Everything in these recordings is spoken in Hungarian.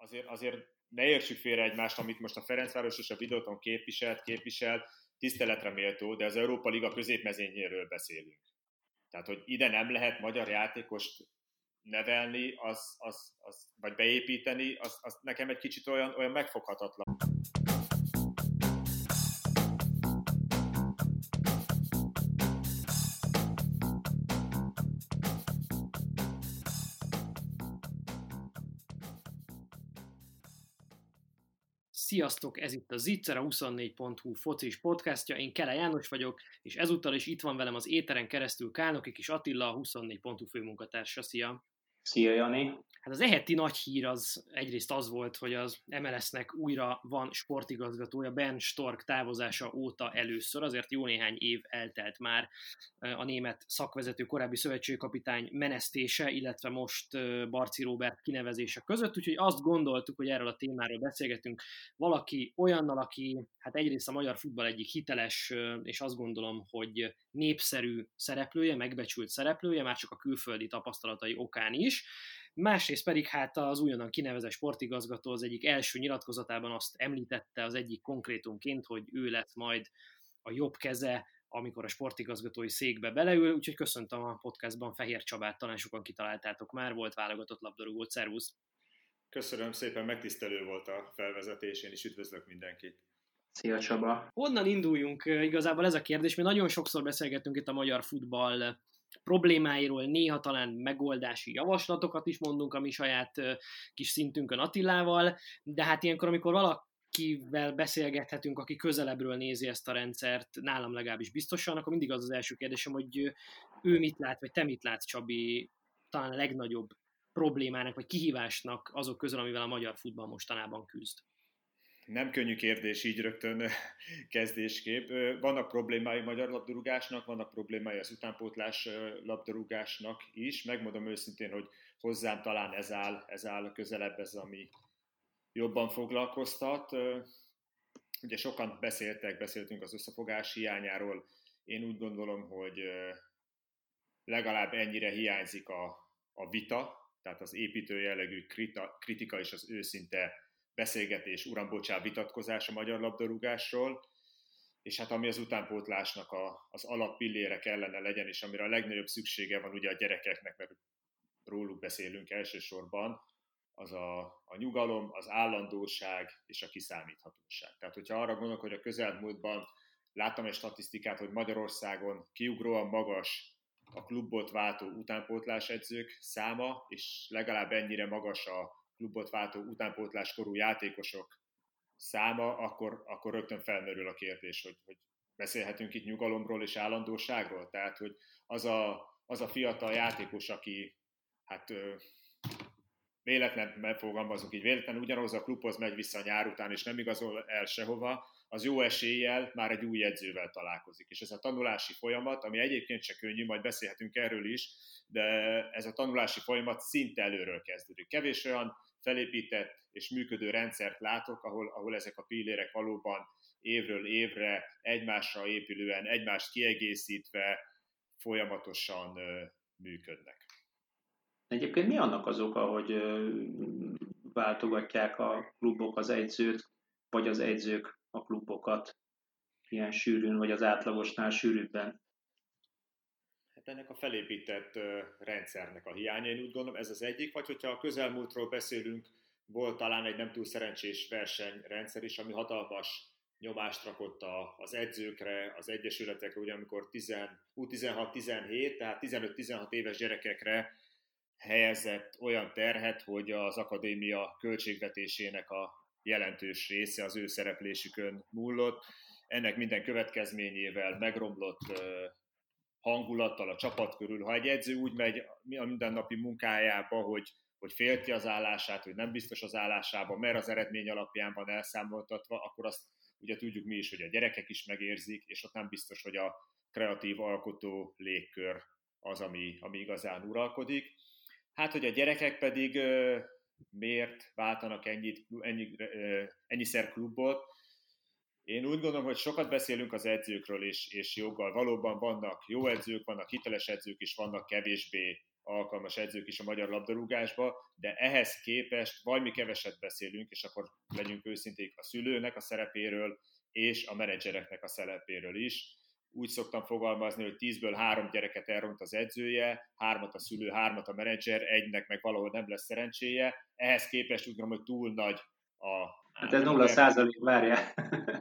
azért ne értsük félre egymást, amit most a Ferencváros és a Videoton képvisel, tiszteletre méltó, de az Európa Liga középmezényéről beszélünk. Tehát, hogy ide nem lehet magyar játékost nevelni, vagy beépíteni, az nekem egy kicsit olyan megfoghatatlan. Sziasztok, ez itt a Zicser, a 24.hu focis podcastja, én Kele János vagyok, és ezúttal is itt van velem az éteren keresztül Kálnoki Kis Attila, a 24.hu főmunkatársa. Szia! Szia, Jani! Hát az eheti nagy hír az egyrészt az volt, hogy az MLS-nek újra van sportigazgatója, Ben Stork távozása óta először, azért jó néhány év eltelt már a német szakvezető korábbi szövetségkapitány menesztése, illetve most Barci Róbert kinevezése között, úgyhogy azt gondoltuk, hogy erről a témáról beszélgetünk valaki olyannal, aki hát egyrészt a magyar futball egyik hiteles, és azt gondolom, hogy népszerű szereplője, megbecsült szereplője, már csak a külföldi tapasztalatai okán is. Másrészt pedig hát az újonnan kinevezett sportigazgató az egyik első nyilatkozatában azt említette az egyik konkrétumként, hogy ő lesz majd a jobb keze, amikor a sportigazgatói székbe beleül, úgyhogy köszöntöm a podcastban Fehér Csabát, talán sokan kitaláltátok már, volt válogatott labdarúgó, szervusz! Köszönöm szépen, megtisztelő volt a felvezetés, én is üdvözlök mindenkit! Szia Csaba! Honnan induljunk? Igazából ez a kérdés, mi nagyon sokszor beszélgettünk itt a magyar futball problémáiról, néha talán megoldási javaslatokat is mondunk a mi saját kis szintünkön Attilával, de hát ilyenkor, amikor valakivel beszélgethetünk, aki közelebbről nézi ezt a rendszert, nálam legalábbis biztosan, akkor mindig az első kérdésem, hogy ő mit lát, vagy te mit látsz, Csabi, talán a legnagyobb problémának, vagy kihívásnak azok közül, amivel a magyar futball mostanában küzd. Nem könnyű kérdés így rögtön kezdésképp. Vannak problémái magyar labdarúgásnak, vannak problémái az utánpótlás labdarúgásnak is. Megmondom őszintén, hogy hozzám talán ez áll közelebb, ez ami jobban foglalkoztat. Ugye sokan beszéltünk az összefogás hiányáról. Én úgy gondolom, hogy legalább ennyire hiányzik a vita, tehát az építő jellegű kritika és az őszinte beszélgetés, uram-bocsá, vitatkozás a magyar labdarúgásról, és hát ami az utánpótlásnak az alappillére kellene legyen, és amire a legnagyobb szüksége van ugye a gyerekeknek, mert róluk beszélünk elsősorban, az a nyugalom, az állandóság és a kiszámíthatóság. Tehát, hogyha arra gondolok, hogy a közelmúltban láttam egy statisztikát, hogy Magyarországon kiugróan magas a klubot váltó utánpótlás edzők száma, és legalább ennyire magas a klubot váltó utánpótláskorú játékosok száma, akkor rögtön felmerül a kérdés, hogy beszélhetünk itt nyugalomról és állandóságról. Tehát, hogy az a fiatal játékos, aki hát véletlenül ugyanaz a klubhoz megy vissza a nyár után, és nem igazol el sehova, az jó eséllyel már egy új edzővel találkozik. És ez a tanulási folyamat, ami egyébként se könnyű, majd beszélhetünk erről is, de ez a tanulási folyamat szinte előről kezdődik. Kevés olyan felépített és működő rendszert látok, ahol ezek a pillérek valóban évről évre egymásra épülően, egymást kiegészítve folyamatosan működnek. Egyébként mi annak az oka, hogy váltogatják a klubok az edzőt, vagy az edzők a klubokat ilyen sűrűn, vagy az átlagosnál sűrűbben? Hát ennek a felépített rendszernek a hiánya, én úgy gondolom, ez az egyik, vagy hogyha a közelmúltról beszélünk, volt talán egy nem túl szerencsés versenyrendszer is, ami hatalmas nyomást rakott az edzőkre, az egyesületekre, ugye amikor 16-17, tehát 15-16 éves gyerekekre helyezett olyan terhet, hogy az akadémia költségvetésének a jelentős része az ő szereplésükön múlott. Ennek minden következményével megromlott hangulattal a csapat körül. Ha egy edző úgy megy a mindennapi munkájába, hogy félti az állását, hogy nem biztos az állásában, mert az eredmény alapján van elszámoltatva, akkor azt ugye tudjuk mi is, hogy a gyerekek is megérzik, és ott nem biztos, hogy a kreatív alkotó légkör az, ami igazán uralkodik. Hát, hogy a gyerekek pedig miért váltanak ennyiszer klubot. Én úgy gondolom, hogy sokat beszélünk az edzőkről, és joggal. Valóban vannak jó edzők, vannak hiteles edzők, és vannak kevésbé alkalmas edzők is a magyar labdarúgásba, de ehhez képest valami keveset beszélünk, és akkor legyünk őszinték a szülőnek a szerepéről, és a menedzsereknek a szerepéről is. Úgy szoktam fogalmazni, hogy 10-ből 3 gyereket elront az edzője, 3 a szülő, 3 a menedzser, egynek meg valahol nem lesz szerencséje. Ehhez képest úgy gondolom, hogy túl nagy a... Hát ez 0%, várjál.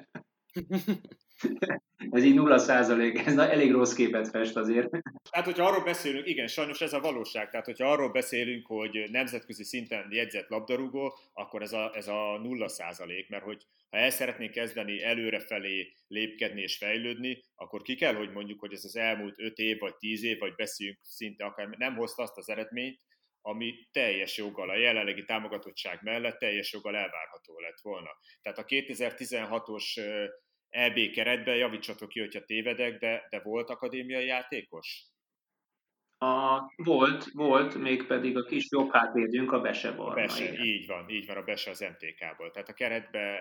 Ez így 0%, ez elég rossz képet fest azért. Tehát, hogyha arról beszélünk, igen, sajnos ez a valóság, tehát, hogyha arról beszélünk, hogy nemzetközi szinten jegyzett labdarúgó, akkor ez a 0%, mert hogy ha el szeretnénk kezdeni előrefelé lépkedni és fejlődni, akkor ki kell, hogy mondjuk, hogy ez az elmúlt 5 év, vagy 10 év, vagy beszéljünk szinte akár, nem hozta azt az eredményt, ami teljes joggal, a jelenlegi támogatottság mellett teljes joggal elvárható lett volna. Tehát a 2016-os EB keretben, javítsatok ki, hogyha tévedek, de volt akadémiai játékos? Volt, mégpedig a kis jobb hátvédünk, a Bese Barna. A Bese, így van, a Bese az MTK-ból. Tehát a keretben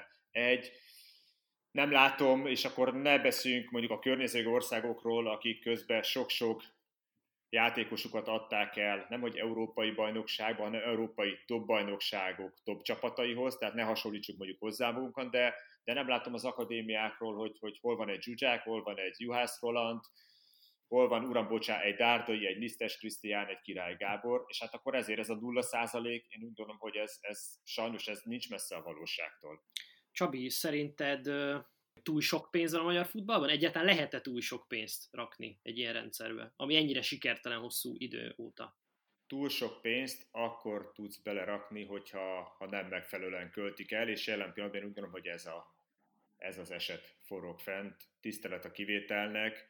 nem látom, és akkor ne beszéljünk mondjuk a környező országokról, akik közben sok-sok játékosukat adták el, nem hogy európai bajnokságban, hanem európai top bajnokságok top csapataihoz, tehát ne hasonlítsuk mondjuk hozzá magunkat, de nem látom az akadémiákról, hogy hol van egy Zsuzsák, hol van egy Juhász Roland, hol van, uram, bocsá, egy Dárdai, egy Lisztes Krisztián, egy Király Gábor, és hát akkor ezért ez a 0%, én úgy gondolom, hogy ez sajnos ez nincs messze a valóságtól. Csabi, szerinted túl sok pénz van a magyar futballban? Egyáltalán lehet-e túl sok pénzt rakni egy ilyen rendszerbe, ami ennyire sikertelen hosszú idő óta? Túl sok pénzt akkor tudsz belerakni, hogyha nem megfelelően költik el, és jelen pillanatban én úgy gondolom, hogy ez az eset forog fent, tisztelet a kivételnek.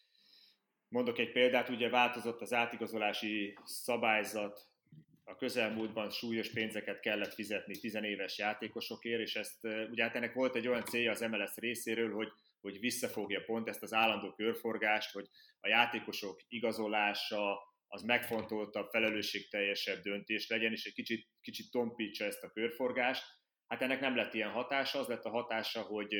Mondok egy példát, ugye változott az átigazolási szabályzat, a közelmúltban súlyos pénzeket kellett fizetni 10 éves játékosokért, és ugye hát ennek volt egy olyan célja az MLS részéről, hogy visszafogja pont ezt az állandó körforgást, hogy a játékosok igazolása az megfontoltabb, felelősségteljesebb döntés legyen, és egy kicsit tompítsa ezt a körforgást. Hát ennek nem lett ilyen hatása, az lett a hatása, hogy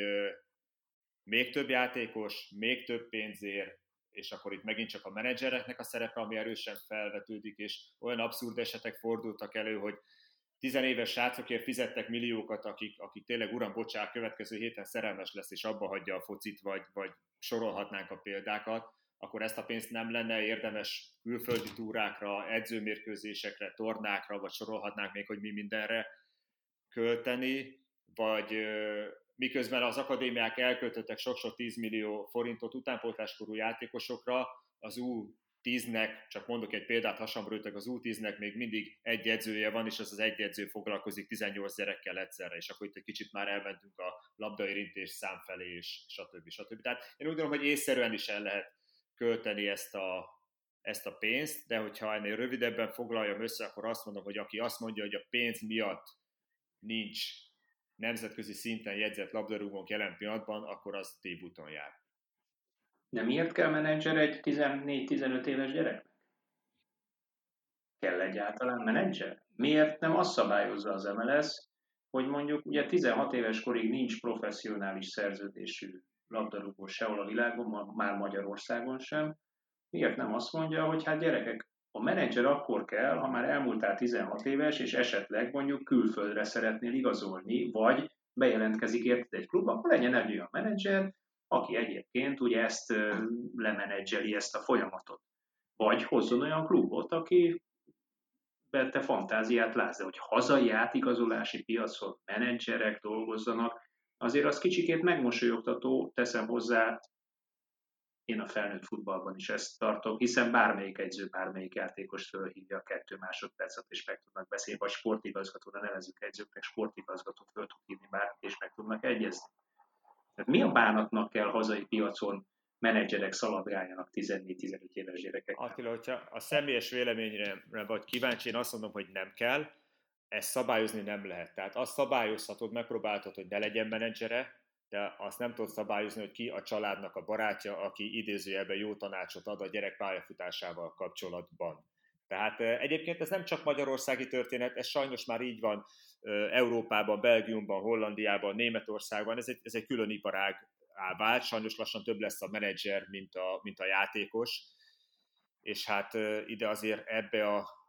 még több játékos, még több pénzért, és akkor itt megint csak a menedzsereknek a szerepe, ami erősen felvetődik, és olyan abszurd esetek fordultak elő, hogy 10 éves srácokért fizettek milliókat, akik tényleg, uram, bocsánat, következő héten szerelmes lesz, és abba hagyja a focit, vagy sorolhatnánk a példákat, akkor ezt a pénzt nem lenne érdemes külföldi túrákra, edzőmérkőzésekre, tornákra, vagy sorolhatnánk még, hogy mi mindenre költeni, vagy miközben az akadémiák elköltöttek sok-sok 10 millió forintot utánpótláskorú játékosokra, az U10-nek, csak mondok egy példát, hasonlítok, az U10-nek még mindig egy edzője van, és az egy edző foglalkozik 18 gyerekkel egyszerre, és akkor itt egy kicsit már elmentünk a labdaérintés szám felé, és stb. Tehát én úgy gondolom, hogy észszerűen is el lehet költeni ezt a pénzt, de hogyha ennél rövidebben foglaljam össze, akkor azt mondom, hogy aki azt mondja, hogy a pénz miatt nincs nemzetközi szinten jegyzett labdarúgónk jelen pillanatban, akkor az tévúton jár. De miért kell menedzser egy 14-15 éves gyereknek? Kell egyáltalán menedzser? Miért nem azt szabályozza az MLS, hogy mondjuk ugye 16 éves korig nincs professzionális szerződésű labdarúgó sehol a világon, már Magyarországon sem. Miért nem azt mondja, hogy hát gyerekek, a menedzser akkor kell, ha már elmúltál 16 éves, és esetleg mondjuk külföldre szeretnél igazolni, vagy bejelentkezik érted egy klub, akkor legyen egy olyan menedzser, aki egyébként ugye ezt lemenedzseli, ezt a folyamatot. Vagy hozzon olyan klubot, aki te fantáziát látsz, de hogy hazai átigazolási piacon menedzserek dolgozzanak, azért az kicsikét megmosolyogtató, teszem hozzá, én a felnőtt futballban is ezt tartom, hiszen bármelyik edző, bármelyik játékos fölhívja a 2 másodpercet, és meg tudnak beszélni, vagy sportigazgatóra nevezzük edzőknek, sportigazgatót föl tud hívni bármit, és meg tudnak egyezni. Tehát mi a bánatnak kell hazai piacon menedzserek szaladgáljanak 14-15 éves gyerekek? Attila, hogyha a személyes véleményre vagy kíváncsi, én azt mondom, hogy nem kell, ezt szabályozni nem lehet. Tehát azt szabályozhatod, megpróbálhatod, hogy ne legyen menedzsere, de azt nem tudod szabályozni, hogy ki a családnak a barátja, aki idézőjelben jó tanácsot ad a gyerek pályafutásával kapcsolatban. Tehát egyébként ez nem csak magyarországi történet, ez sajnos már így van Európában, Belgiumban, Hollandiában, Németországban, ez egy külön iparág vált, sajnos lassan több lesz a menedzser, mint a játékos. és hát ide azért ebbe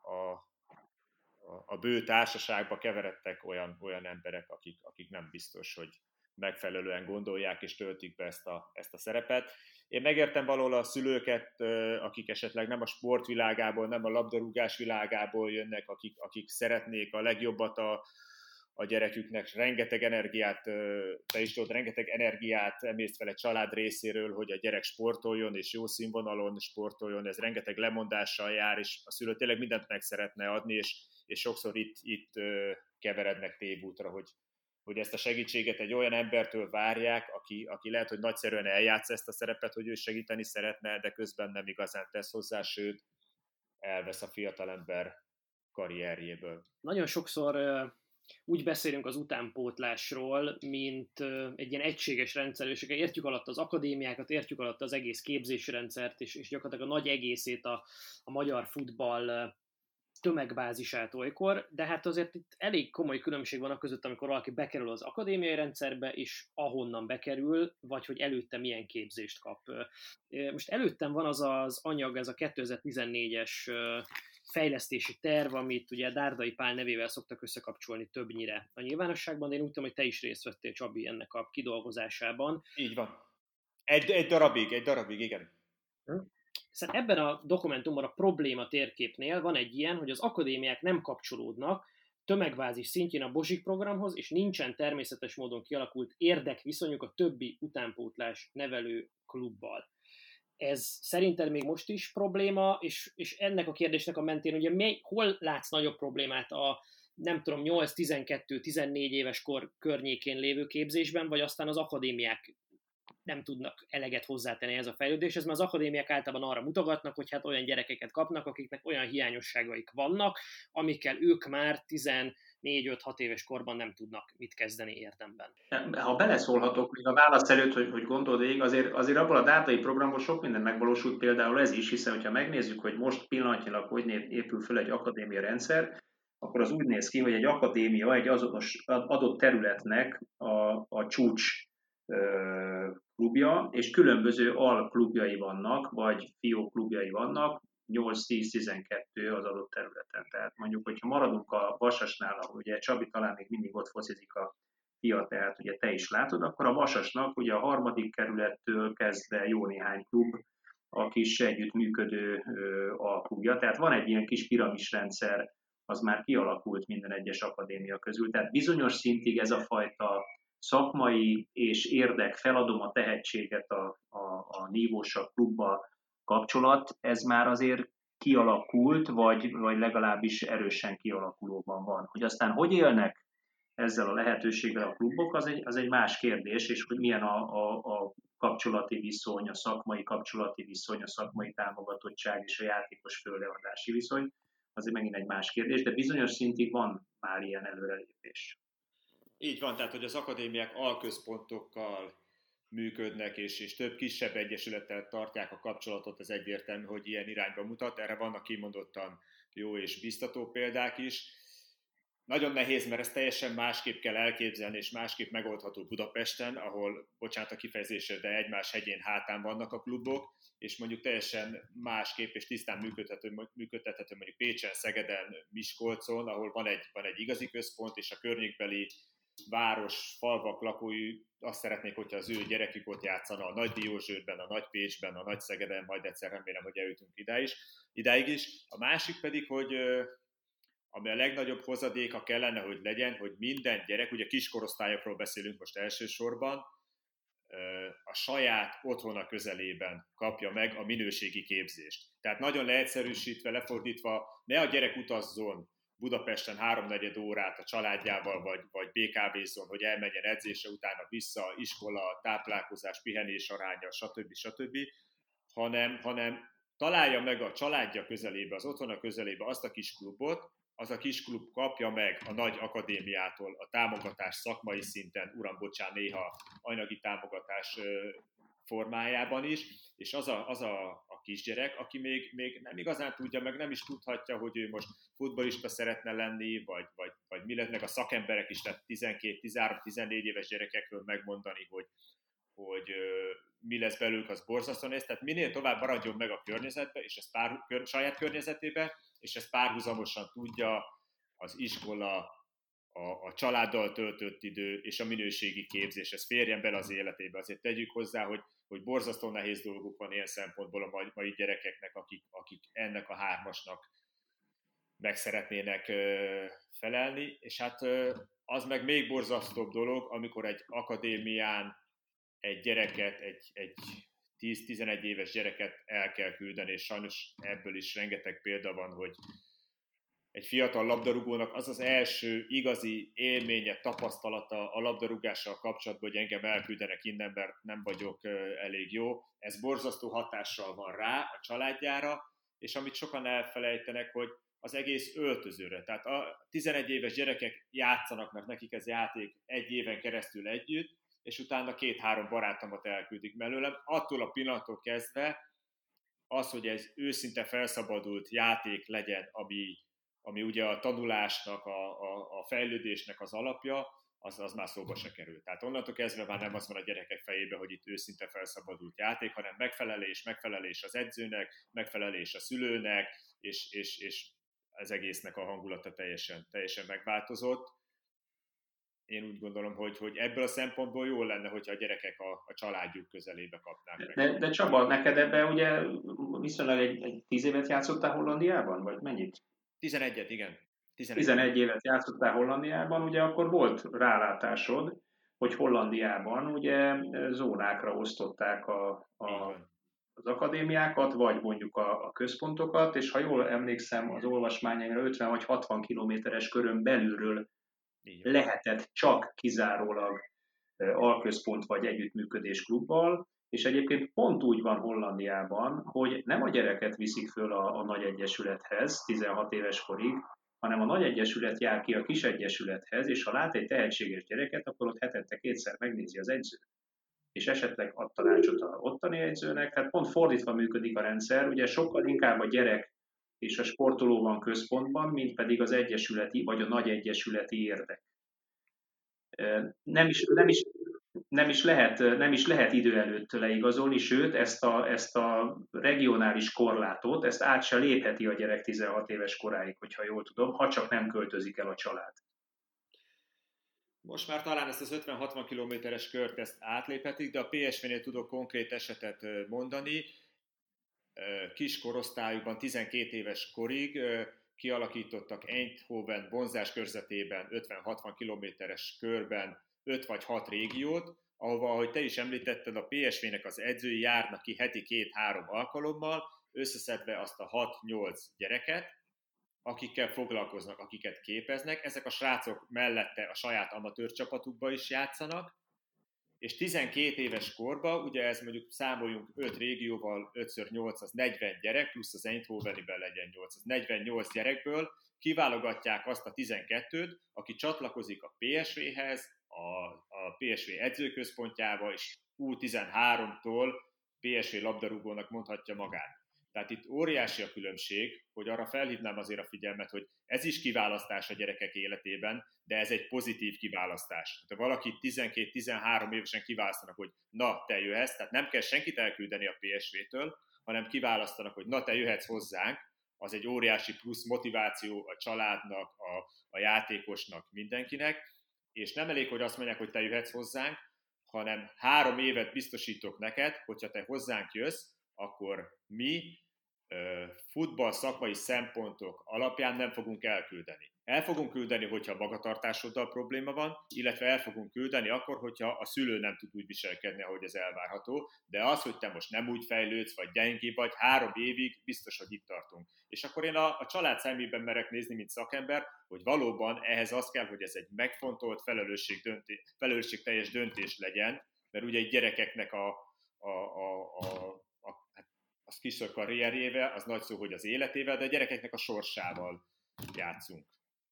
a bő társaságba keveredtek olyan emberek, akik nem biztos, hogy megfelelően gondolják és töltik be ezt a szerepet. Én megértem valahol a szülőket, akik esetleg nem a sportvilágából, nem a labdarúgás világából jönnek, akik szeretnék a legjobbat a gyereküknek, rengeteg energiát, te is tudod, rengeteg energiát emészt fel egy család részéről, hogy a gyerek sportoljon és jó színvonalon sportoljon, ez rengeteg lemondással jár, és a szülő tényleg mindent meg szeretne adni, és sokszor itt keverednek tévútra, hogy ezt a segítséget egy olyan embertől várják, aki lehet, hogy nagyszerűen eljátsz ezt a szerepet, hogy ő segíteni szeretne, de közben nem igazán tesz hozzá, sőt, elvesz a fiatalember karrierjéből. Nagyon sokszor úgy beszélünk az utánpótlásról, mint egy ilyen egységes rendszer, és értjük alatt az akadémiákat, értjük alatt az egész képzési rendszert, és gyakorlatilag a nagy egészét a magyar futball tömegbázisát olykor, de hát azért itt elég komoly különbség van a között, amikor valaki bekerül az akadémiai rendszerbe, és ahonnan bekerül, vagy hogy előtte milyen képzést kap. Most előttem van az anyag, ez a 2014-es fejlesztési terv, amit ugye Dárdai Pál nevével szoktak összekapcsolni többnyire a nyilvánosságban, de én úgy tudom, hogy te is részt vettél, Csabi, ennek a kidolgozásában. Így van. Egy darabig, igen. Szóval ebben a dokumentumban a probléma térképnél van egy ilyen, hogy az akadémiák nem kapcsolódnak tömegbázis szintjén a Bozsik programhoz, és nincsen természetes módon kialakult érdekviszonyuk a többi utánpótlás nevelő klubbal. Ez szerinted még most is probléma, és ennek a kérdésnek a mentén ugye hol látsz nagyobb problémát a nem tudom, 8-12-14 éves kor környékén lévő képzésben, vagy aztán az akadémiák nem tudnak eleget hozzátenni ez a fejlődéshez, mert az akadémiák általában arra mutogatnak, hogy hát olyan gyerekeket kapnak, akiknek olyan hiányosságaik vannak, amikkel ők már 14-5-6 éves korban nem tudnak mit kezdeni érdemben. Ha beleszólhatok, még a válasz előtt, hogy gondold végig, azért abból a Dárdai programból sok minden megvalósult, például ez is, hiszen hogyha megnézzük, hogy most pillanatnyilag hogy épül föl egy akadémia rendszer, akkor az úgy néz ki, hogy egy akadémia egy azonos adott területnek a csúcs klubja, és különböző alklubjai vannak, vagy fióklubjai vannak, 8-10-12 az adott területen. Tehát mondjuk, hogyha maradunk a Vasasnál, ahol ugye Csabi talán még mindig ott focizik a fia, tehát ugye te is látod, akkor a Vasasnak ugye a 3. kerülettől kezdve jó néhány klub, a kis együttműködő alklubja. Tehát van egy ilyen kis piramisrendszer, az már kialakult minden egyes akadémia közül. Tehát bizonyos szintig ez a fajta szakmai és érdek, feladom a tehetséget a nívósabb klubba kapcsolat, ez már azért kialakult, vagy legalábbis erősen kialakulóban van. Hogy aztán hogy élnek ezzel a lehetőséggel a klubok, az egy más kérdés, és hogy milyen a kapcsolati viszony, a szakmai kapcsolati viszony, a szakmai támogatottság és a játékos fölleadási viszony, azért megint egy más kérdés, de bizonyos szintig van már ilyen előrelépés. Így van, tehát hogy az akadémiák alközpontokkal működnek, és több kisebb egyesülettel tartják a kapcsolatot, az egyértelmű, hogy ilyen irányba mutat. Erre vannak kimondottan jó és biztató példák is. Nagyon nehéz, mert ezt teljesen másképp kell elképzelni, és másképp megoldható Budapesten, ahol, bocsánat a kifejezésre, de egymás hegyén hátán vannak a klubok, és mondjuk teljesen másképp és tisztán működtethető mondjuk Pécsen, Szegeden, Miskolcon, ahol van egy igazi központ, és a környékbeli város, falvak lakói azt szeretnék, hogyha az ő gyerekük ott játszana a Nagy Diózsőrben, a Nagy Pécsben, a Nagy Szegeden, majd egyszer remélem, hogy eljutunk idáig is. A másik pedig, hogy ami a legnagyobb hozadéka kellene, hogy legyen, hogy minden gyerek, ugye kiskorosztályokról beszélünk most elsősorban, a saját otthona közelében kapja meg a minőségi képzést. Tehát nagyon leegyszerűsítve, lefordítva, ne a gyerek utazzon Budapesten 3-4 órát a családjával, vagy BKV-zon, hogy elmenjen edzésre, utána vissza, iskola, táplálkozás, pihenés aránya, stb. Hanem találja meg a családja közelébe, az otthona közelébe azt a kis klubot, az a kis klub kapja meg a nagy akadémiától a támogatás szakmai szinten, uram, bocsán, néha anyagi támogatás formájában is, és az a kisgyerek, aki még nem igazán tudja, meg nem is tudhatja, hogy ő most futballista szeretne lenni, vagy mi lesznek a szakemberek is, tehát 12, 13, 14 éves gyerekekről megmondani, hogy mi lesz belőlük, az borzasztóan néz. Tehát minél tovább maradjon meg a környezetbe, és ezt saját környezetébe, és ezt párhuzamosan tudja az iskola, a családdal töltött idő és a minőségi képzés, ez férjen bele az életébe. Azért tegyük hozzá, hogy borzasztó nehéz dolguk van ilyen szempontból a mai gyerekeknek, akik ennek a hármasnak meg szeretnének felelni, és hát az meg még borzasztóbb dolog, amikor egy akadémián egy gyereket, egy 10-11 éves gyereket el kell küldeni, és sajnos ebből is rengeteg példa van, hogy egy fiatal labdarúgónak az az első igazi élménye, tapasztalata a labdarúgással kapcsolatban, hogy engem elküldenek innen, mert nem vagyok elég jó. Ez borzasztó hatással van rá, a családjára, és amit sokan elfelejtenek, hogy az egész öltözőre. Tehát a 11 éves gyerekek játszanak, mert nekik ez játék egy éven keresztül együtt, és utána 2-3 barátomat elküldik mellőlem. Attól a pillanattól kezdve az, hogy ez őszinte felszabadult játék legyen, ami ugye a tanulásnak, a fejlődésnek az alapja, az már szóba se kerül. Tehát onnantól kezdve már nem az van a gyerekek fejében, hogy itt őszinte felszabadult játék, hanem megfelelés az edzőnek, megfelelés a szülőnek, és az egésznek a hangulata teljesen megváltozott. Én úgy gondolom, hogy ebből a szempontból jó lenne, hogyha a gyerekek a családjuk közelébe kapnák meg. De Csaba, neked ebben ugye viszonylag egy 10 évet játszottál Hollandiában, vagy mennyit? 11-et, igen. 11 évet játszottál Hollandiában, ugye akkor volt rálátásod, hogy Hollandiában ugye zónákra osztották az akadémiákat, vagy mondjuk a központokat, és ha jól emlékszem, az olvasmányaimra 50 vagy 60 kilométeres körön belülről lehetett csak kizárólag alközpont vagy együttműködés klubbal, és egyébként pont úgy van Hollandiában, hogy nem a gyereket viszik föl a nagy egyesülethez 16 éves korig, hanem a nagy egyesület jár ki a kis egyesülethez, és ha lát egy tehetséges gyereket, akkor ott hetente 2-szer megnézi az edző. És esetleg ad tanácsot az ottani edzőnek, tehát pont fordítva működik a rendszer, ugye sokkal inkább a gyerek és a sportoló van központban, mint pedig az egyesületi vagy a nagy egyesületi érdek. Nem is lehet idő előtt leigazolni, sőt ezt a regionális korlátot, ezt át se lépheti a gyerek 16 éves koráig, hogyha jól tudom, ha csak nem költözik el a család. Most már talán ezt az 50-60 kilométeres kört ezt átléphetik, de a PSV-nél tudok konkrét esetet mondani. Kis korosztályukban 12 éves korig kialakítottak Eindhoven vonzás körzetében 50-60 kilométeres körben 5 vagy 6 régiót, ahova, ahogy te is említetted, a PSV-nek az edzői járnak ki heti 2-3 alkalommal, összeszedve azt a 6-8 gyereket, akikkel foglalkoznak, akiket képeznek. Ezek a srácok mellette a saját amatőr csapatukba is játszanak, és 12 éves korban, ugye ez mondjuk számoljunk 5 régióval, 5x8 az 40 gyerek, plusz az Eindhoveniben legyen 8, az 48 gyerekből kiválogatják azt a 12-t, aki csatlakozik a PSV-hez, a PSV edzőközpontjába, és U13-tól PSV labdarúgónak mondhatja magát. Tehát itt óriási a különbség, hogy arra felhívnám azért a figyelmet, hogy ez is kiválasztás a gyerekek életében, de ez egy pozitív kiválasztás. Ha valaki 12-13 évesen kiválasztanak, hogy na, te jöhetsz, tehát nem kell senkit elküldeni a PSV-től, hanem kiválasztanak, hogy na, te jöhetsz hozzánk, az egy óriási plusz motiváció a családnak, a játékosnak, mindenkinek, és nem elég, hogy azt mondják, hogy te jöhetsz hozzánk, hanem 3 évet biztosítok neked, hogyha te hozzánk jössz, akkor mi futball szakmai szempontok alapján nem fogunk elküldeni. El fogunk küldeni, hogyha magatartásoddal probléma van, illetve el fogunk küldeni akkor, hogyha a szülő nem tud úgy viselkedni, ahogy ez elvárható, de az, hogy te most nem úgy fejlődsz, vagy gyengébb vagy, 3 évig biztos, hogy itt tartunk. És akkor én a család szemében merek nézni, mint szakember, hogy valóban ehhez az kell, hogy ez egy megfontolt, felelősségteljes döntés legyen, mert ugye egy gyerekeknek az kis szó karrierjével, az nagy szó, hogy az életével, de a gyerekeknek a sorsával játszunk.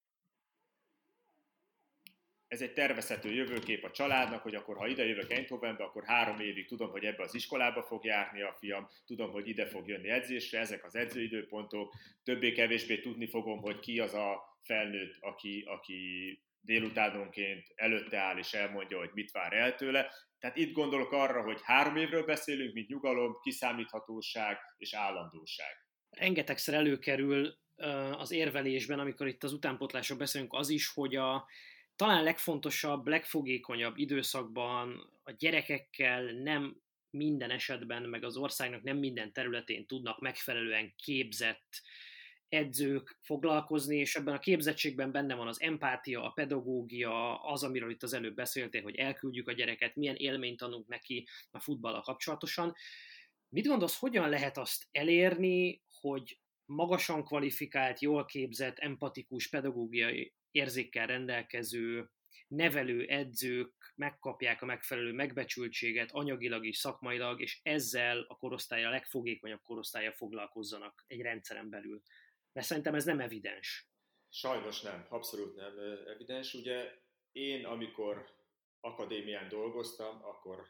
Ez egy tervezhető jövőkép a családnak, hogy akkor ha ide jövök Eindhovenbe, akkor 3 évig tudom, hogy ebbe az iskolába fog járni a fiam, tudom, hogy ide fog jönni edzésre, ezek az edzőidőpontok, többé-kevésbé tudni fogom, hogy ki az a felnőtt, aki délutánonként előtte áll és elmondja, hogy mit vár el tőle. Tehát itt gondolok arra, hogy 3 évről beszélünk, mint nyugalom, kiszámíthatóság és állandóság. Rengetegszer előkerül az érvelésben, amikor itt az utánpótlásról beszélünk, az is, hogy a talán legfontosabb, legfogékonyabb időszakban a gyerekekkel nem minden esetben, meg az országnak nem minden területén tudnak megfelelően képzett edzők foglalkozni, és ebben a képzettségben benne van az empátia, a pedagógia, az, amiről itt az előbb beszéltél, hogy elküldjük a gyereket, milyen élményt adunk neki a futballal kapcsolatosan. Mit gondolsz, hogyan lehet azt elérni, hogy magasan kvalifikált, jól képzett, empatikus, pedagógiai érzékkel rendelkező nevelő edzők megkapják a megfelelő megbecsültséget anyagilag és szakmailag, és ezzel a korosztálya, a legfogékonyabb korosztálya foglalkozzanak egy rendszeren belül? Mert szerintem ez nem evidens. Sajnos nem, abszolút nem evidens. Ugye én, amikor akadémián dolgoztam, akkor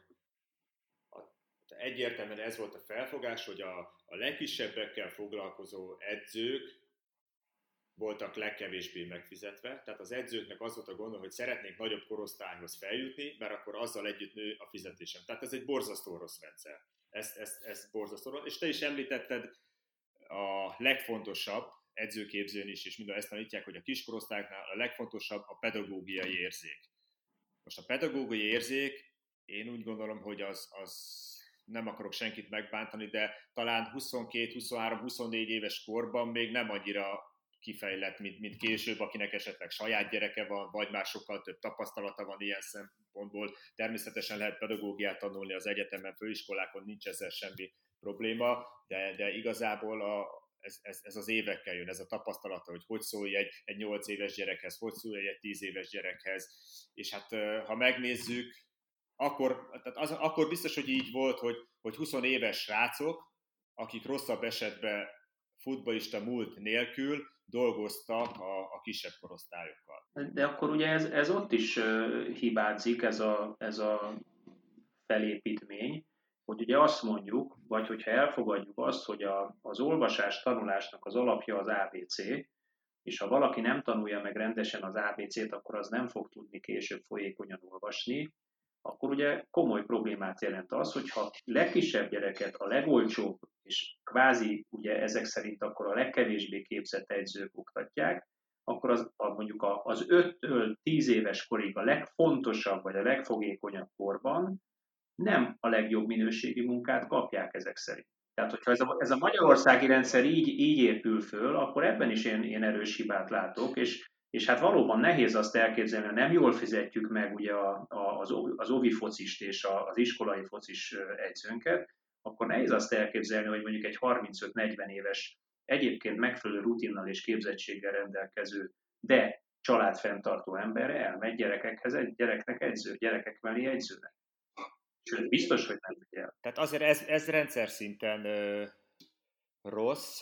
egyértelműen ez volt a felfogás, hogy a legkisebbekkel foglalkozó edzők voltak legkevésbé megfizetve. Tehát az edzőknek az volt a gondol, hogy szeretnék nagyobb korosztályhoz feljutni, mert akkor azzal együtt nő a fizetésem. Tehát ez egy borzasztó rossz rendszer. Ez borzasztó rossz. És te is említetted, a legfontosabb edzőképzőn is, és minden ezt tanítják, hogy a kiskorosztályoknál a legfontosabb a pedagógiai érzék. Most a pedagógiai érzék, én úgy gondolom, hogy az nem akarok senkit megbántani, de talán 22, 23, 24 éves korban még nem annyira kifejlett, mint később, akinek esetleg saját gyereke van, vagy már sokkal több tapasztalata van ilyen szempontból. Természetesen lehet pedagógiát tanulni az egyetemen, főiskolákon, nincs ezzel semmi probléma, de igazából ez az évekkel jön, ez a tapasztalata, hogy szólj egy 8 éves gyerekhez, hogy szólj egy 10 éves gyerekhez. És hát ha megnézzük, akkor biztos, hogy így volt, hogy 20 éves srácok, akik rosszabb esetben futballista múlt nélkül dolgoztak a kisebb korosztályokkal. De akkor ugye ez ott is hibázik, ez a felépítmény, hogy ugye azt mondjuk, vagy hogyha elfogadjuk azt, hogy az olvasás tanulásnak az alapja az ABC, és ha valaki nem tanulja meg rendesen az ABC-t, akkor az nem fog tudni később folyékonyan olvasni, akkor ugye komoly problémát jelent az, hogyha a legkisebb gyereket a legolcsóbb, és kvázi ugye ezek szerint akkor a legkevésbé képzett edzők oktatják, akkor mondjuk az 5-től 10 éves korig a legfontosabb, vagy a legfogékonyabb korban nem a legjobb minőségi munkát kapják ezek szerint. Tehát, hogyha ez a magyarországi rendszer így épül föl, akkor ebben is én erős hibát látok, és hát valóban nehéz azt elképzelni, hogy nem jól fizetjük meg ugye az ovi focist és az iskolai focis edzőnket, akkor nehéz azt elképzelni, hogy mondjuk egy 35-40 éves, egyébként megfelelő rutinnal és képzettséggel rendelkező, de családfenntartó ember elmegy gyereknek gyerekek mellé edzőnek. Sőt, biztos, hogy nem megy el. Tehát azért ez rendszer szinten rossz,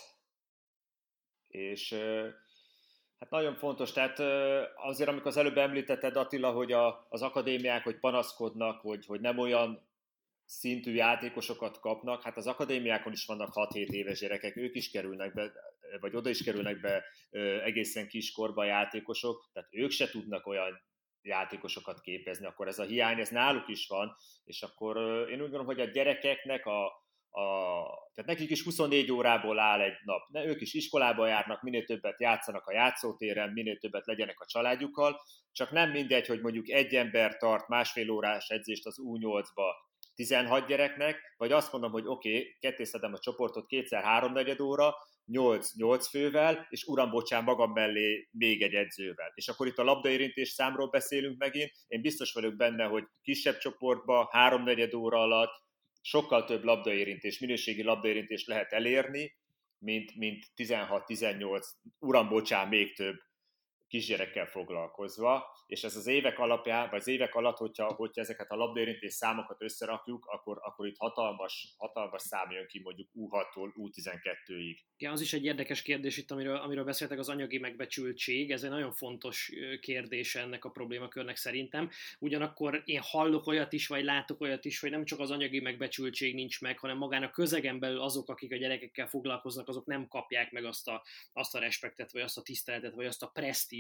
és hát nagyon fontos, tehát azért, amikor az előbb említetted, Attila, hogy az akadémiák, hogy panaszkodnak, hogy nem olyan szintű játékosokat kapnak, hát az akadémiákon is vannak 6-7 éves gyerekek, ők is kerülnek be, vagy oda is kerülnek be egészen kiskorba játékosok, tehát ők se tudnak olyan játékosokat képezni, akkor ez a hiány, ez náluk is van, és akkor én úgy gondolom, hogy a gyerekeknek tehát nekik is 24 órából áll egy nap. Ők is iskolába járnak, minél többet játszanak a játszótéren, minél többet legyenek a családjukkal, csak nem mindegy, hogy mondjuk egy ember tart másfél órás edzést az U8-ba 16 gyereknek, vagy azt mondom, hogy oké, kettészedem a csoportot 2x3/4 óra, 8 fővel, és uram, bocsán, magam mellé még egy edzővel. És akkor itt a labdaérintés számról beszélünk megint, én biztos vagyok benne, hogy kisebb csoportba 3/4 óra alatt sokkal több labdaérintés, minőségi labdaérintést lehet elérni, mint 16-18, uram, bocsán, még több kisgyerekkel foglalkozva, és ez az évek alapján, vagy az évek alatt, hogyha ezeket a labdaérintés számokat összerakjuk, akkor itt hatalmas szám jön ki mondjuk U6-tól U12-ig. Igen, az is egy érdekes kérdés itt, amiről beszéltek, az anyagi megbecsültség, ez egy nagyon fontos kérdés ennek a problémakörnek szerintem. Ugyanakkor én hallok olyat is, vagy látok olyat is, hogy nem csak az anyagi megbecsültség nincs meg, hanem magán a közegen belül azok, akik a gyerekekkel foglalkoznak, azok nem kapják meg azt a respektet, vagy azt a tiszteletet, vagy azt a presztízst,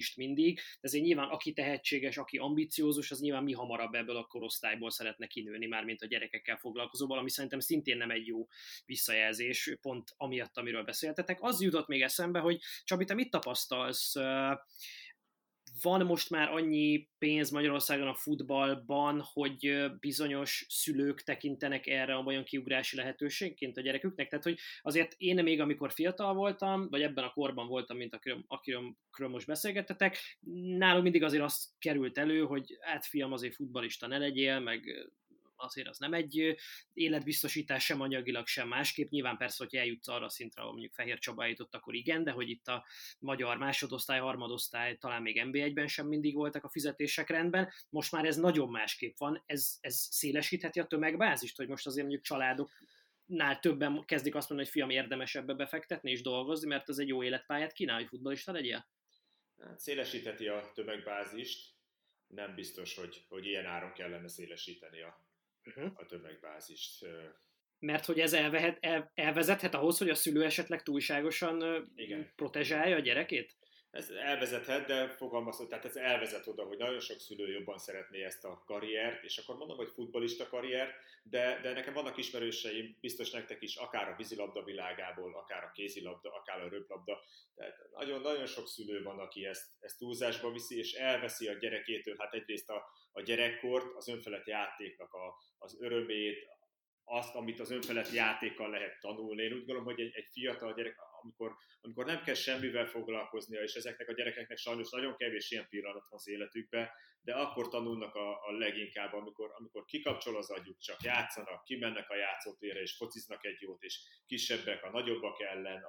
kést mindig, ezért nyilván aki tehetséges, aki ambiciózus, az nyilván mi hamarabb ebből a korosztályból szeretne kinőni, már mint a gyerekekkel foglalkozóval, ami szerintem szintén nem egy jó visszajelzés, pont amiatt, amiről beszéltetek. Az jutott még eszembe, hogy Csabi, te mit tapasztalsz? Van most már annyi pénz Magyarországon a futballban, hogy bizonyos szülők tekintenek erre a olyan kiugrási lehetőségként a gyereküknek? Tehát, hogy azért én még, amikor fiatal voltam, vagy ebben a korban voltam, mint akiről most beszélgettetek, nálunk mindig azért az került elő, hogy hát fiam, azért futballista ne legyél, meg azért az nem egy életbiztosítás sem anyagilag, sem másképp. Nyilván persze, hogy eljutsz arra a szintre, ahol mondjuk Fehér Csaba eljutott, akkor igen, de hogy itt a magyar másodosztály, harmadosztály, talán még NB1-ben sem mindig voltak a fizetések rendben. Most már ez nagyon másképp van. Ez szélesítheti a tömegbázist, hogy most azért mondjuk családoknál többen kezdik azt mondani, hogy fiam, érdemes ebbe befektetni és dolgozni, mert ez egy jó életpályát kínál, hogy futballista legyél? Szélesítheti a tömegbázist. Nem biztos, hogy ilyen áron kellene szélesíteni a tömegbázist. Mert hogy ez elvezethet ahhoz, hogy a szülő esetleg túlságosan protezsálja a gyerekét? Ez elvezethet, de fogalmazom, tehát ez elvezet oda, hogy nagyon sok szülő jobban szeretné ezt a karriert, és akkor mondom, hogy futballista karriert, de nekem vannak ismerőseim, biztos nektek is, akár a vízilabda világából, akár a kézilabda, akár a röplabda, tehát nagyon-nagyon sok szülő van, aki ezt túlzásba viszi, és elveszi a gyerekétől, hát egyrészt a gyerekkort, az önfelett játéknak az örömét, azt, amit az önfelett játékkal lehet tanulni. Én úgy gondolom, hogy egy fiatal gyerek, amikor nem kell semmivel foglalkoznia, és ezeknek a gyerekeknek sajnos nagyon kevés ilyen pillanat van az életükben, de akkor tanulnak a leginkább, amikor kikapcsol az agyuk, csak játszanak, kimennek a játszótérre, és fociznak egy jót, és kisebbek a nagyobbak ellen.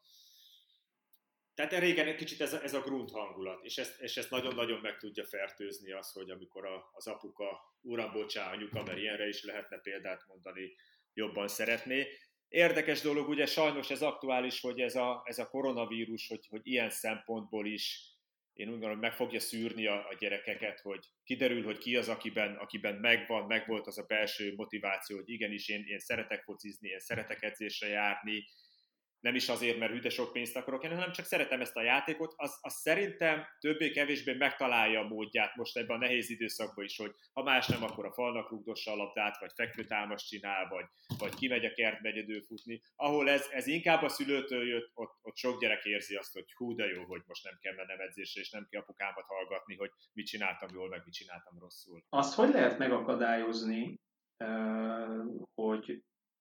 Tehát régen egy kicsit ez a grund hangulat, és ezt nagyon-nagyon meg tudja fertőzni az, hogy amikor az apuka, uram, bocsá, anyuka, mert ilyenre is lehetne példát mondani, jobban szeretné. Érdekes dolog, ugye sajnos ez aktuális, hogy ez a koronavírus, hogy ilyen szempontból is én úgy gondolom, meg fogja szűrni a gyerekeket, hogy kiderül, hogy ki az, akiben megvolt az a belső motiváció, hogy igenis én szeretek focizni, én szeretek edzésre járni, nem is azért, mert hűde sok pénzt akarok enni, hanem csak szeretem ezt a játékot, az szerintem többé-kevésbé megtalálja a módját most ebben a nehéz időszakban is, hogy ha más nem, akkor a falnak rúgdossa a labdát, vagy fekvőtámaszt csinál, vagy kimegy a kertbe egyedül futni. Ahol ez inkább a szülőtől jött, ott sok gyerek érzi azt, hogy hú, de jó, hogy most nem kell mennem edzésre, és nem kell apukámat hallgatni, hogy mit csináltam jól, meg mit csináltam rosszul. Azt hogy lehet megakadályozni, hogy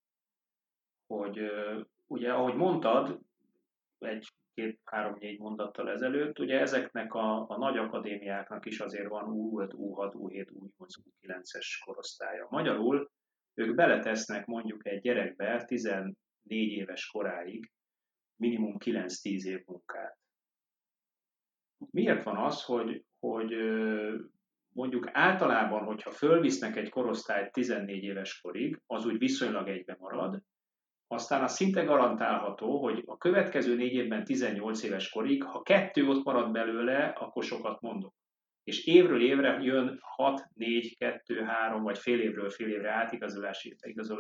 ugye, ahogy mondtad, 1-2-3-4 mondattal ezelőtt, ugye ezeknek a nagy akadémiáknak is azért van U5, U6, U7, U8, U9-es korosztálya. Magyarul ők beletesznek mondjuk egy gyerekbe 14 éves koráig minimum 9-10 év munkát. Miért van az, hogy mondjuk általában, hogyha fölvisznek egy korosztályt 14 éves korig, az úgy viszonylag egybe marad, aztán az szinte garantálható, hogy a következő 4 évben 18 éves korig, ha 2 ott marad belőle, akkor sokat mondok. És évről évre jön 6, 4, 2, 3 vagy fél évre átigazolási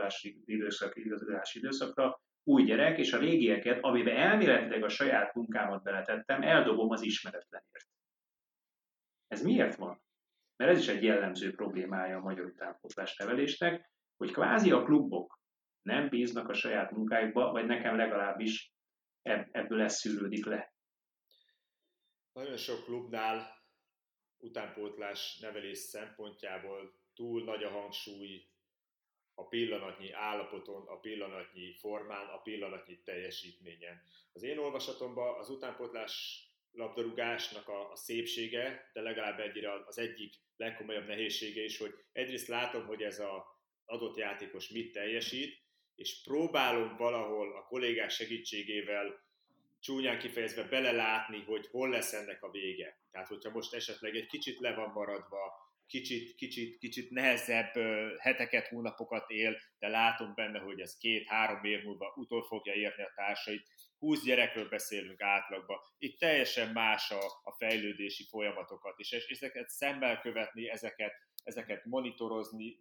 időszakra új gyerek, és a régieket, amiben elméletileg a saját munkámat beletettem, eldobom az ismeretlenért. Ez miért van? Mert ez is egy jellemző problémája a magyar utánpótlás nevelésnek, hogy kvázi a klubok nem bíznak a saját munkájukba, vagy nekem legalábbis ebből ez szűrődik le. Nagyon sok klubnál utánpótlás nevelés szempontjából túl nagy a hangsúly a pillanatnyi állapoton, a pillanatnyi formán, a pillanatnyi teljesítményen. Az én olvasatomban az utánpótlás labdarúgásnak a szépsége, de legalább egyre az egyik legkomolyabb nehézsége is, hogy egyrészt látom, hogy ez az adott játékos mit teljesít, és próbálom valahol a kollégák segítségével csúnyán kifejezve belelátni, hogy hol lesz ennek a vége. Tehát, hogyha most esetleg egy kicsit le van maradva, kicsit nehezebb heteket, hónapokat él, de látom benne, hogy ez 2-3 év múlva utol fogja érni a társait. 20 gyerekről beszélünk átlagban. Itt teljesen más a fejlődési folyamatokat, és ezeket szemmel követni, ezeket monitorozni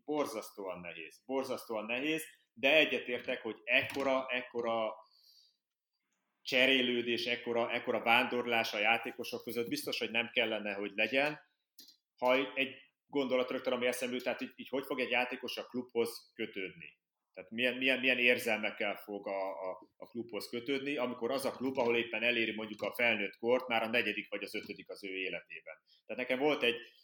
borzasztóan nehéz, de egyetértek, hogy ekkora cserélődés, ekkora vándorlás a játékosok között biztos, hogy nem kellene, hogy legyen. Ha egy gondolat rögtön, ami eszembe jut, tehát így hogy fog egy játékos a klubhoz kötődni? Tehát milyen érzelmekkel fog a klubhoz kötődni, amikor az a klub, ahol éppen eléri mondjuk a felnőtt kort, már a 4. vagy az 5. az ő életében. Tehát nekem volt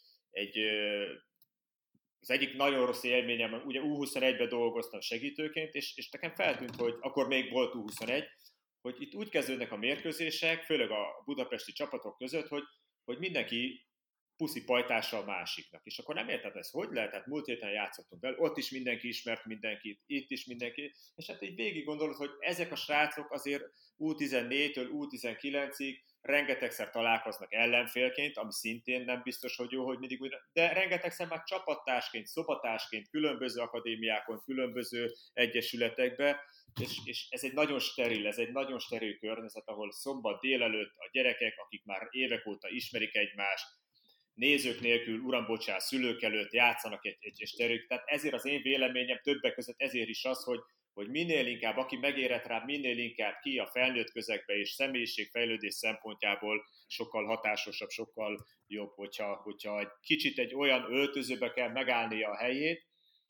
az egyik nagyon rossz élményem, ugye U21-ben dolgoztam segítőként, és nekem feltűnt, hogy akkor még volt U21, hogy itt úgy kezdődnek a mérkőzések, főleg a budapesti csapatok között, hogy mindenki puszi pajtása a másiknak. És akkor nem érted ez, hogy lehet? Hát múlt héten játszottunk vele, ott is mindenki ismert mindenkit, itt is mindenki, és hát így végig gondolod, hogy ezek a srácok azért U14-től U19-ig rengetegszer találkoznak ellenfélként, ami szintén nem biztos, hogy jó, hogy mindig újra, de rengetegszer már csapattársként, szobatársként, különböző akadémiákon, különböző egyesületekben, és ez egy nagyon steril környezet, ahol szombat délelőtt a gyerekek, akik már évek óta ismerik egymást, nézők nélkül, uram, bocsánat, szülők előtt játszanak egy steril. Tehát ezért az én véleményem többek között ezért is az, hogy minél inkább, aki megérett rá, minél inkább ki a felnőtt közegbe és személyiségfejlődés szempontjából sokkal hatásosabb, sokkal jobb, hogyha egy kicsit egy olyan öltözőbe kell megállnia a helyét,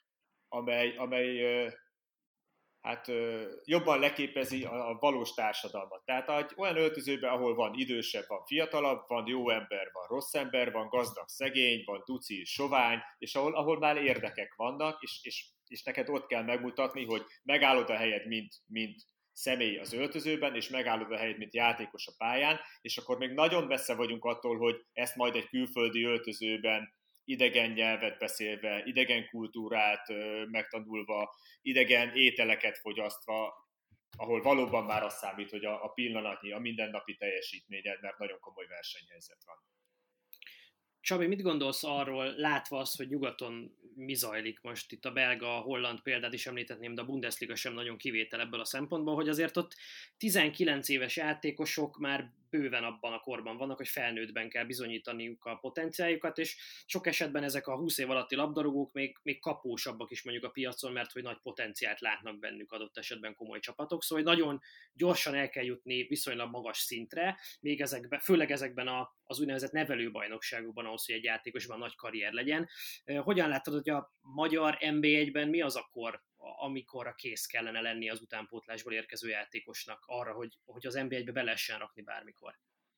amely jobban leképezi a valós társadalmat. Tehát egy olyan öltözőben, ahol van idősebb, van fiatalabb, van jó ember, van rossz ember, van gazdag, szegény, van tuci, sovány, és ahol már érdekek vannak, és neked ott kell megmutatni, hogy megállod a helyed, mint személy az öltözőben, és megállod a helyed, mint játékos a pályán, és akkor még nagyon messze vagyunk attól, hogy ezt majd egy külföldi öltözőben idegen nyelvet beszélve, idegen kultúrát megtanulva, idegen ételeket fogyasztva, ahol valóban már az számít, hogy a pillanatnyi, a mindennapi teljesítményed, mert nagyon komoly versenyhelyzet van. Csabi, mit gondolsz arról, látva azt, hogy nyugaton mi zajlik most? Itt a belga, a holland példát is említhetném, de a Bundesliga sem nagyon kivétel ebből a szempontból, hogy azért ott 19 éves játékosok már bőven abban a korban vannak, hogy felnőttben kell bizonyítaniuk a potenciáljukat, és sok esetben ezek a 20 év alatti labdarúgók még kapósabbak is mondjuk a piacon, mert hogy nagy potenciált látnak bennük adott esetben komoly csapatok, szóval hogy nagyon gyorsan el kell jutni viszonylag magas szintre, még főleg ezekben az úgynevezett nevelőbajnokságokban, ahhoz, hogy egy játékosban nagy karrier legyen. Hogyan látod, hogy a magyar NB1-ben mi az a kor, amikorra kész kellene lenni az utánpótlásból érkező játékosnak arra, hogy az NB1-be be lehessen rakni bármikor?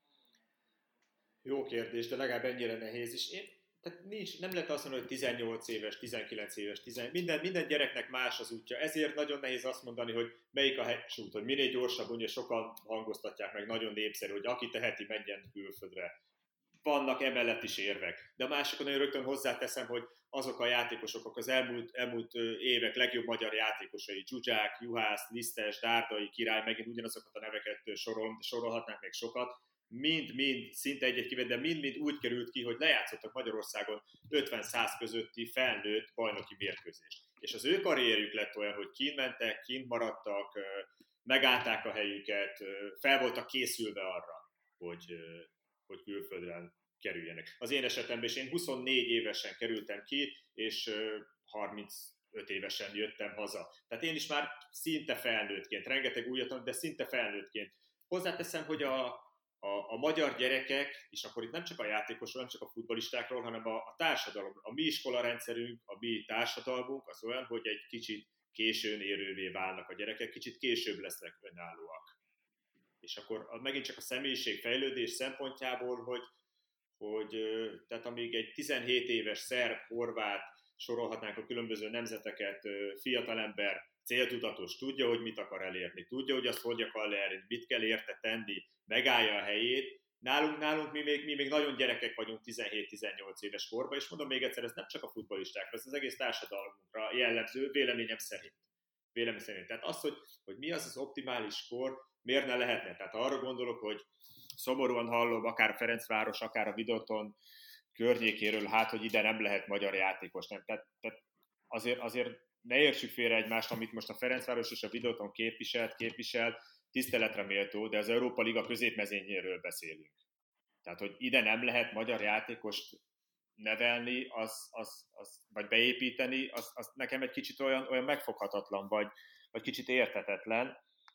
Jó kérdés, de legalább ennyire nehéz is. Tehát nem lehet azt mondani, hogy 18 éves, 19 éves, minden gyereknek más az útja. Ezért nagyon nehéz azt mondani, hogy melyik a helyes út, hogy minél gyorsabb, ugye sokan hangoztatják meg, nagyon népszerű, hogy aki teheti, menjen külföldre. Vannak emellett is érvek. De a másikon én rögtön hozzáteszem, hogy azok a játékosok, akik az elmúlt évek legjobb magyar játékosai, Zsuzsák, Juhász, Lisztes, Dárdai, Király, megint ugyanazokat a neveket sorolhatnánk még sokat, mind szinte egy-egy kivet, de mind úgy került ki, hogy lejátszottak Magyarországon 50-100 közötti felnőtt bajnoki mérkőzést. És az ő karrierjük lett olyan, hogy kint mentek, kint maradtak, megállták a helyüket, fel voltak készülve arra, hogy külföldre kerüljenek. Az én esetemben is én 24 évesen kerültem ki, és 35 évesen jöttem haza. Tehát én is már szinte felnőttként, rengeteg újat, de szinte felnőttként. Hozzáteszem, hogy a magyar gyerekek, és akkor itt nem csak a játékosról, nem csak a futballistákról, hanem a társadalom, a mi iskolarendszerünk, a mi társadalmunk az olyan, hogy egy kicsit későn érővé válnak a gyerekek, kicsit később lesznek önállóak. És akkor megint csak a személyiségfejlődés szempontjából, hogy tehát amíg egy 17 éves szerb, horvát, sorolhatnánk a különböző nemzeteket, fiatalember céltudatos, tudja, hogy mit akar elérni, tudja, hogy azt hogy akar elérni, mit kell érte tenni, megállja a helyét. Nálunk mi még nagyon gyerekek vagyunk 17-18 éves korban, és mondom még egyszer, ez nem csak a futballistákra, ez az egész társadalmunkra jellemző, véleményem szerint. Tehát az, hogy mi az optimális kor, miért ne lehetne? Tehát arra gondolok, hogy szomorúan hallom, akár a Ferencváros, akár a Videoton környékéről, hogy ide nem lehet magyar játékos. Nem? Tehát azért ne értsük félre egymást, amit most a Ferencváros és a Videoton képvisel, tiszteletre méltó, de az Európa Liga középmezényéről beszélünk. Tehát, hogy ide nem lehet magyar játékost nevelni, vagy beépíteni, az nekem egy kicsit olyan megfoghatatlan, vagy kicsit érthetetlen.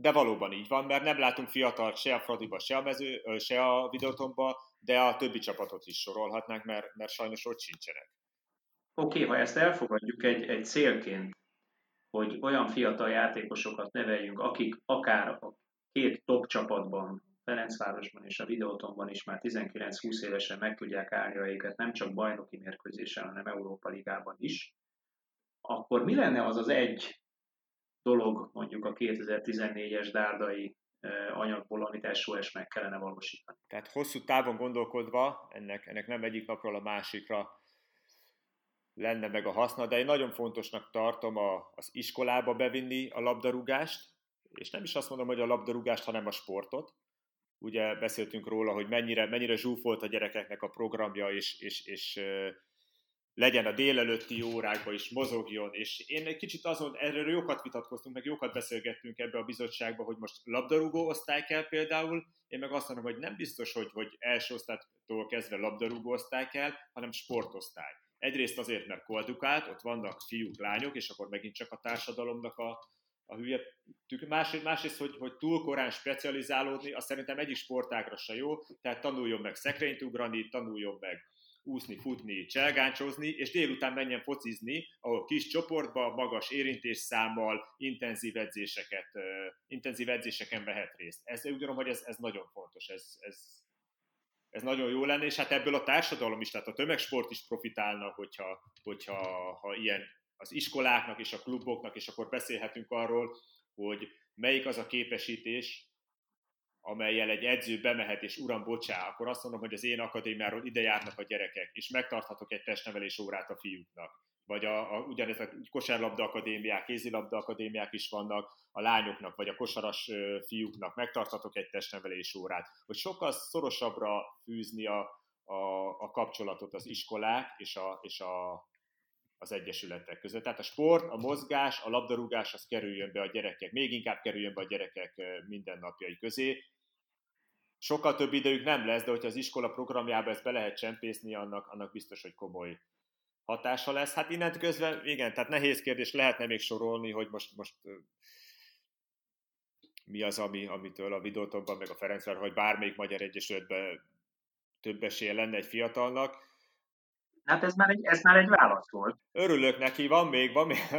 De valóban így van, mert nem látunk fiatalt se a Fradiba, se a Videotonba, de a többi csapatot is sorolhatnánk, mert sajnos ott sincsenek. Oké, ha ezt elfogadjuk egy célként, hogy olyan fiatal játékosokat neveljünk, akik akár a két top csapatban, Ferencvárosban és a Videotonban is már 19-20 évesen meg tudják állni a helyüket, nem csak bajnoki mérkőzésen, hanem Európa Ligában is, akkor mi lenne az az egy dolog mondjuk a 2014-es dárdai anyagból, amit SOS meg kellene valósítani? Tehát hosszú távon gondolkodva, ennek nem egyik napról a másikra lenne meg a haszna, de én nagyon fontosnak tartom az iskolába bevinni a labdarúgást, és nem is azt mondom, hogy a labdarúgást, hanem a sportot. Ugye beszéltünk róla, hogy mennyire zsúfolt a gyerekeknek a programja, és legyen a délelőtti órákban is, mozogjon, és én egy kicsit erről jókat vitatkoztunk, meg jókat beszélgettünk ebbe a bizottságba, hogy most labdarúgó osztály kell például, én meg azt mondom, hogy nem biztos, hogy első osztálytól kezdve labdarúgó osztály kell, hanem sportosztály. Egyrészt azért, mert koedukált, ott vannak fiúk, lányok, és akkor megint csak a társadalomnak a hülye tük. Másrészt, hogy túl korán specializálódni, azt szerintem egyik sportágra se jó, tehát tanuljon meg szekrényt ugrani, tanuljon meg úszni, futni, cselgáncsozni, és délután menjen focizni, ahol kis csoportban, magas érintésszámmal, intenzív edzéseken vehet részt. Ez úgy gondolom, hogy ez nagyon fontos, ez nagyon jó lenne, és hát ebből a társadalom is, tehát a tömegsport is profitálna, hogyha ilyen az iskoláknak és a kluboknak, és akkor beszélhetünk arról, hogy melyik az a képesítés, amellyel egy edző bemehet, és uram, bocsá, akkor azt mondom, hogy az én akadémiáról ide járnak a gyerekek, és megtarthatok egy testnevelés órát a fiúknak. Vagy ugyanez a kosárlabda akadémiák, kézilabda akadémiák is vannak a lányoknak, vagy a kosaras fiúknak, megtarthatok egy testnevelés órát. Hogy sokkal szorosabbra fűzni a kapcsolatot az iskolák és az egyesületek között. Tehát a sport, a mozgás, a labdarúgás, az kerüljön be a gyerekek, még inkább kerüljön be a gyerekek mindennapjai közé. Sokkal több idejük nem lesz, de hogyha az iskola programjába ezt be lehet csempészni, annak biztos, hogy komoly hatása lesz. Hát innent közben, igen, tehát nehéz kérdés, lehetne még sorolni, hogy most mi az, amitől a Videotonban, meg a Ferencváros, vagy bármelyik magyar egyesületben több esélye lenne egy fiatalnak. Hát ez már egy válasz volt. Örülök neki, van még.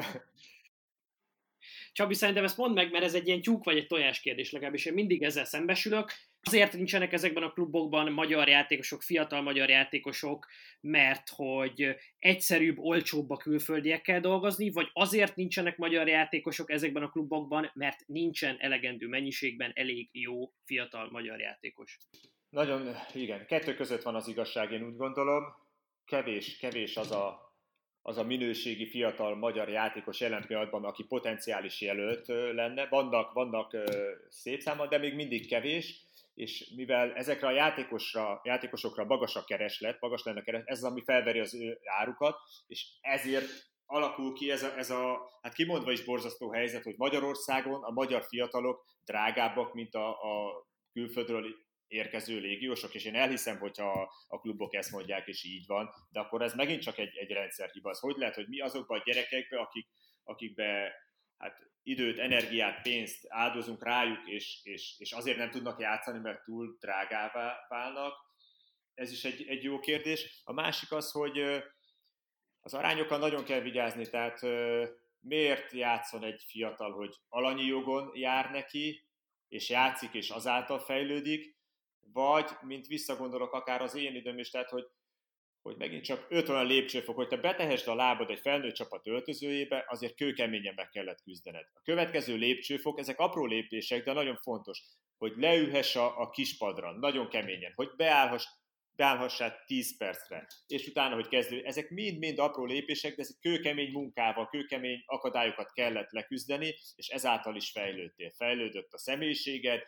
Csabi, szerintem ezt mondd meg, mert ez egy ilyen tyúk vagy egy tojás kérdés, legalábbis én mindig ezzel szembesülök. Azért nincsenek ezekben a klubokban magyar játékosok, fiatal magyar játékosok, mert hogy egyszerűbb, olcsóbb a külföldiekkel dolgozni, vagy azért nincsenek magyar játékosok ezekben a klubokban, mert nincsen elegendő mennyiségben elég jó fiatal magyar játékos. Nagyon, igen, kettő között van az igazság, én úgy gondolom. Kevés az a minőségi fiatal magyar játékos jelen pillanatban, aki potenciális jelölt lenne. Vannak szép számmal, de még mindig kevés, és mivel ezekre a játékosokra magas lenne a kereslet, ez az, ami felveri az ő árukat, és ezért alakul ki ez a hát kimondva is borzasztó helyzet, hogy Magyarországon a magyar fiatalok drágábbak, mint a külföldről érkező légiósok, és én elhiszem, hogyha a klubok ezt mondják, és így van, de akkor ez megint csak egy rendszerhiba. Az hogy lehet, hogy mi azokban a gyerekekben, akikbe hát időt, energiát, pénzt áldozunk rájuk, és azért nem tudnak játszani, mert túl drágává válnak. Ez is egy jó kérdés. A másik az, hogy az arányokkal nagyon kell vigyázni, tehát miért játszon egy fiatal, hogy alanyi jogon jár neki, és játszik, és azáltal fejlődik, vagy, mint visszagondolok akár az én időm is, tehát, hogy megint csak 5 olyan lépcsőfok, hogy te betehesd a lábad egy felnőtt csapat öltözőjébe, azért kőkeményen meg kellett küzdened. A következő lépcsőfok, ezek apró lépések, de nagyon fontos, hogy leülhess a kispadra, nagyon keményen, hogy beállhassál 10 percre, és utána, hogy kezdő, ezek mind-mind apró lépések, de ezek kőkemény munkával, kőkemény akadályokat kellett leküzdeni, és ezáltal is fejlődtél. Fejlődött a személyiséged,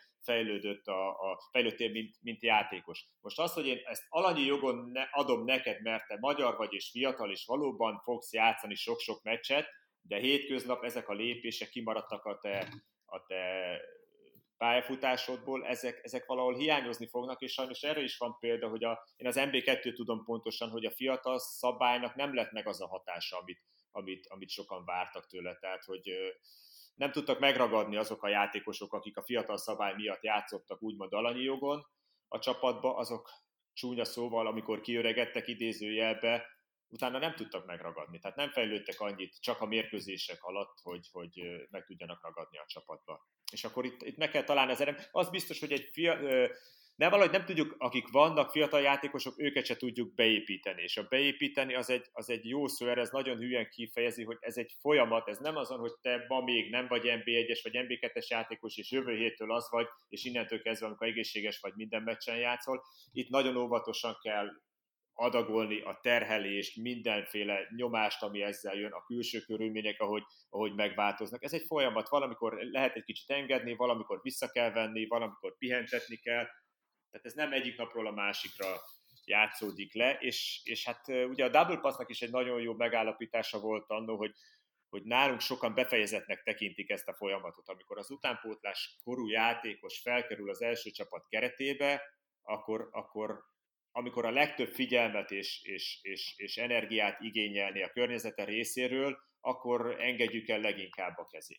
fejlődtél, mint játékos. Most az, hogy én ezt alanyi jogon adom neked, mert te magyar vagy és fiatal, és valóban fogsz játszani sok-sok meccset, de hétköznap ezek a lépések kimaradtak a te pályafutásodból, ezek valahol hiányozni fognak, és sajnos erre is van példa, hogy én az MB2 tudom pontosan, hogy a fiatal szabálynak nem lett meg az a hatása, amit sokan vártak tőle, tehát hogy nem tudtak megragadni azok a játékosok, akik a fiatal szabály miatt játszottak úgymond alanyi jogon a csapatba, azok csúnya szóval, amikor kiöregedtek idézőjelbe, utána nem tudtak megragadni. Tehát nem fejlődtek annyit csak a mérkőzések alatt, hogy meg tudjanak ragadni a csapatba. És akkor itt meg kell találni az erem. Az biztos, hogy valahogy nem tudjuk, akik vannak, fiatal játékosok, őket se tudjuk beépíteni. És a beépíteni az egy jó szó, ez nagyon hülyen kifejezi, hogy ez egy folyamat, ez nem azon, hogy te ma még nem vagy NB1-es vagy NB2-es játékos, és jövő héttől az vagy, és innentől kezdve, amikor egészséges vagy, minden meccsen játszol. Itt nagyon óvatosan kell adagolni a terhelést, mindenféle nyomást, ami ezzel jön, a külső körülmények, ahogy megváltoznak. Ez egy folyamat, valamikor lehet egy kicsit engedni, valamikor vissza kell venni, valamikor pihentetni kell. Tehát ez nem egyik napról a másikra játszódik le, és hát ugye a Double Passnak is egy nagyon jó megállapítása volt annó, hogy nálunk sokan befejezetnek tekintik ezt a folyamatot. Amikor az utánpótlás korú játékos felkerül az első csapat keretébe, akkor amikor a legtöbb figyelmet és energiát igényelni a környezete részéről, akkor engedjük el leginkább a kezét.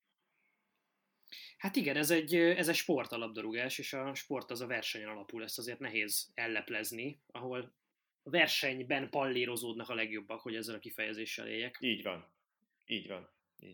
Hát igen, ez egy sport a labdarúgás, és a sport az a versenyen alapul, ezt azért nehéz elleplezni, ahol a versenyben pallérozódnak a legjobbak, hogy ezzel a kifejezéssel éljek. Így van.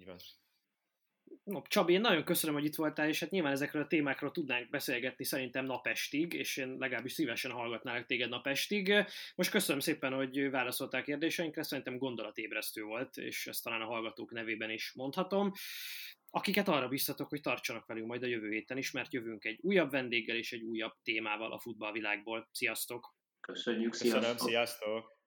No, Csabi, én nagyon köszönöm, hogy itt voltál, és hát nyilván ezekről a témákról tudnánk beszélgetni szerintem napestig, és én legalábbis szívesen hallgatnálak téged napestig. Most köszönöm szépen, hogy válaszoltál kérdéseinkre, szerintem gondolatébresztő volt, és ezt talán a hallgatók nevében is mondhatom. Akiket arra biztatok, hogy tartsanak velünk majd a jövő héten is, mert jövünk egy újabb vendéggel és egy újabb témával a futballvilágból. Sziasztok! Köszönjük, sziasztok!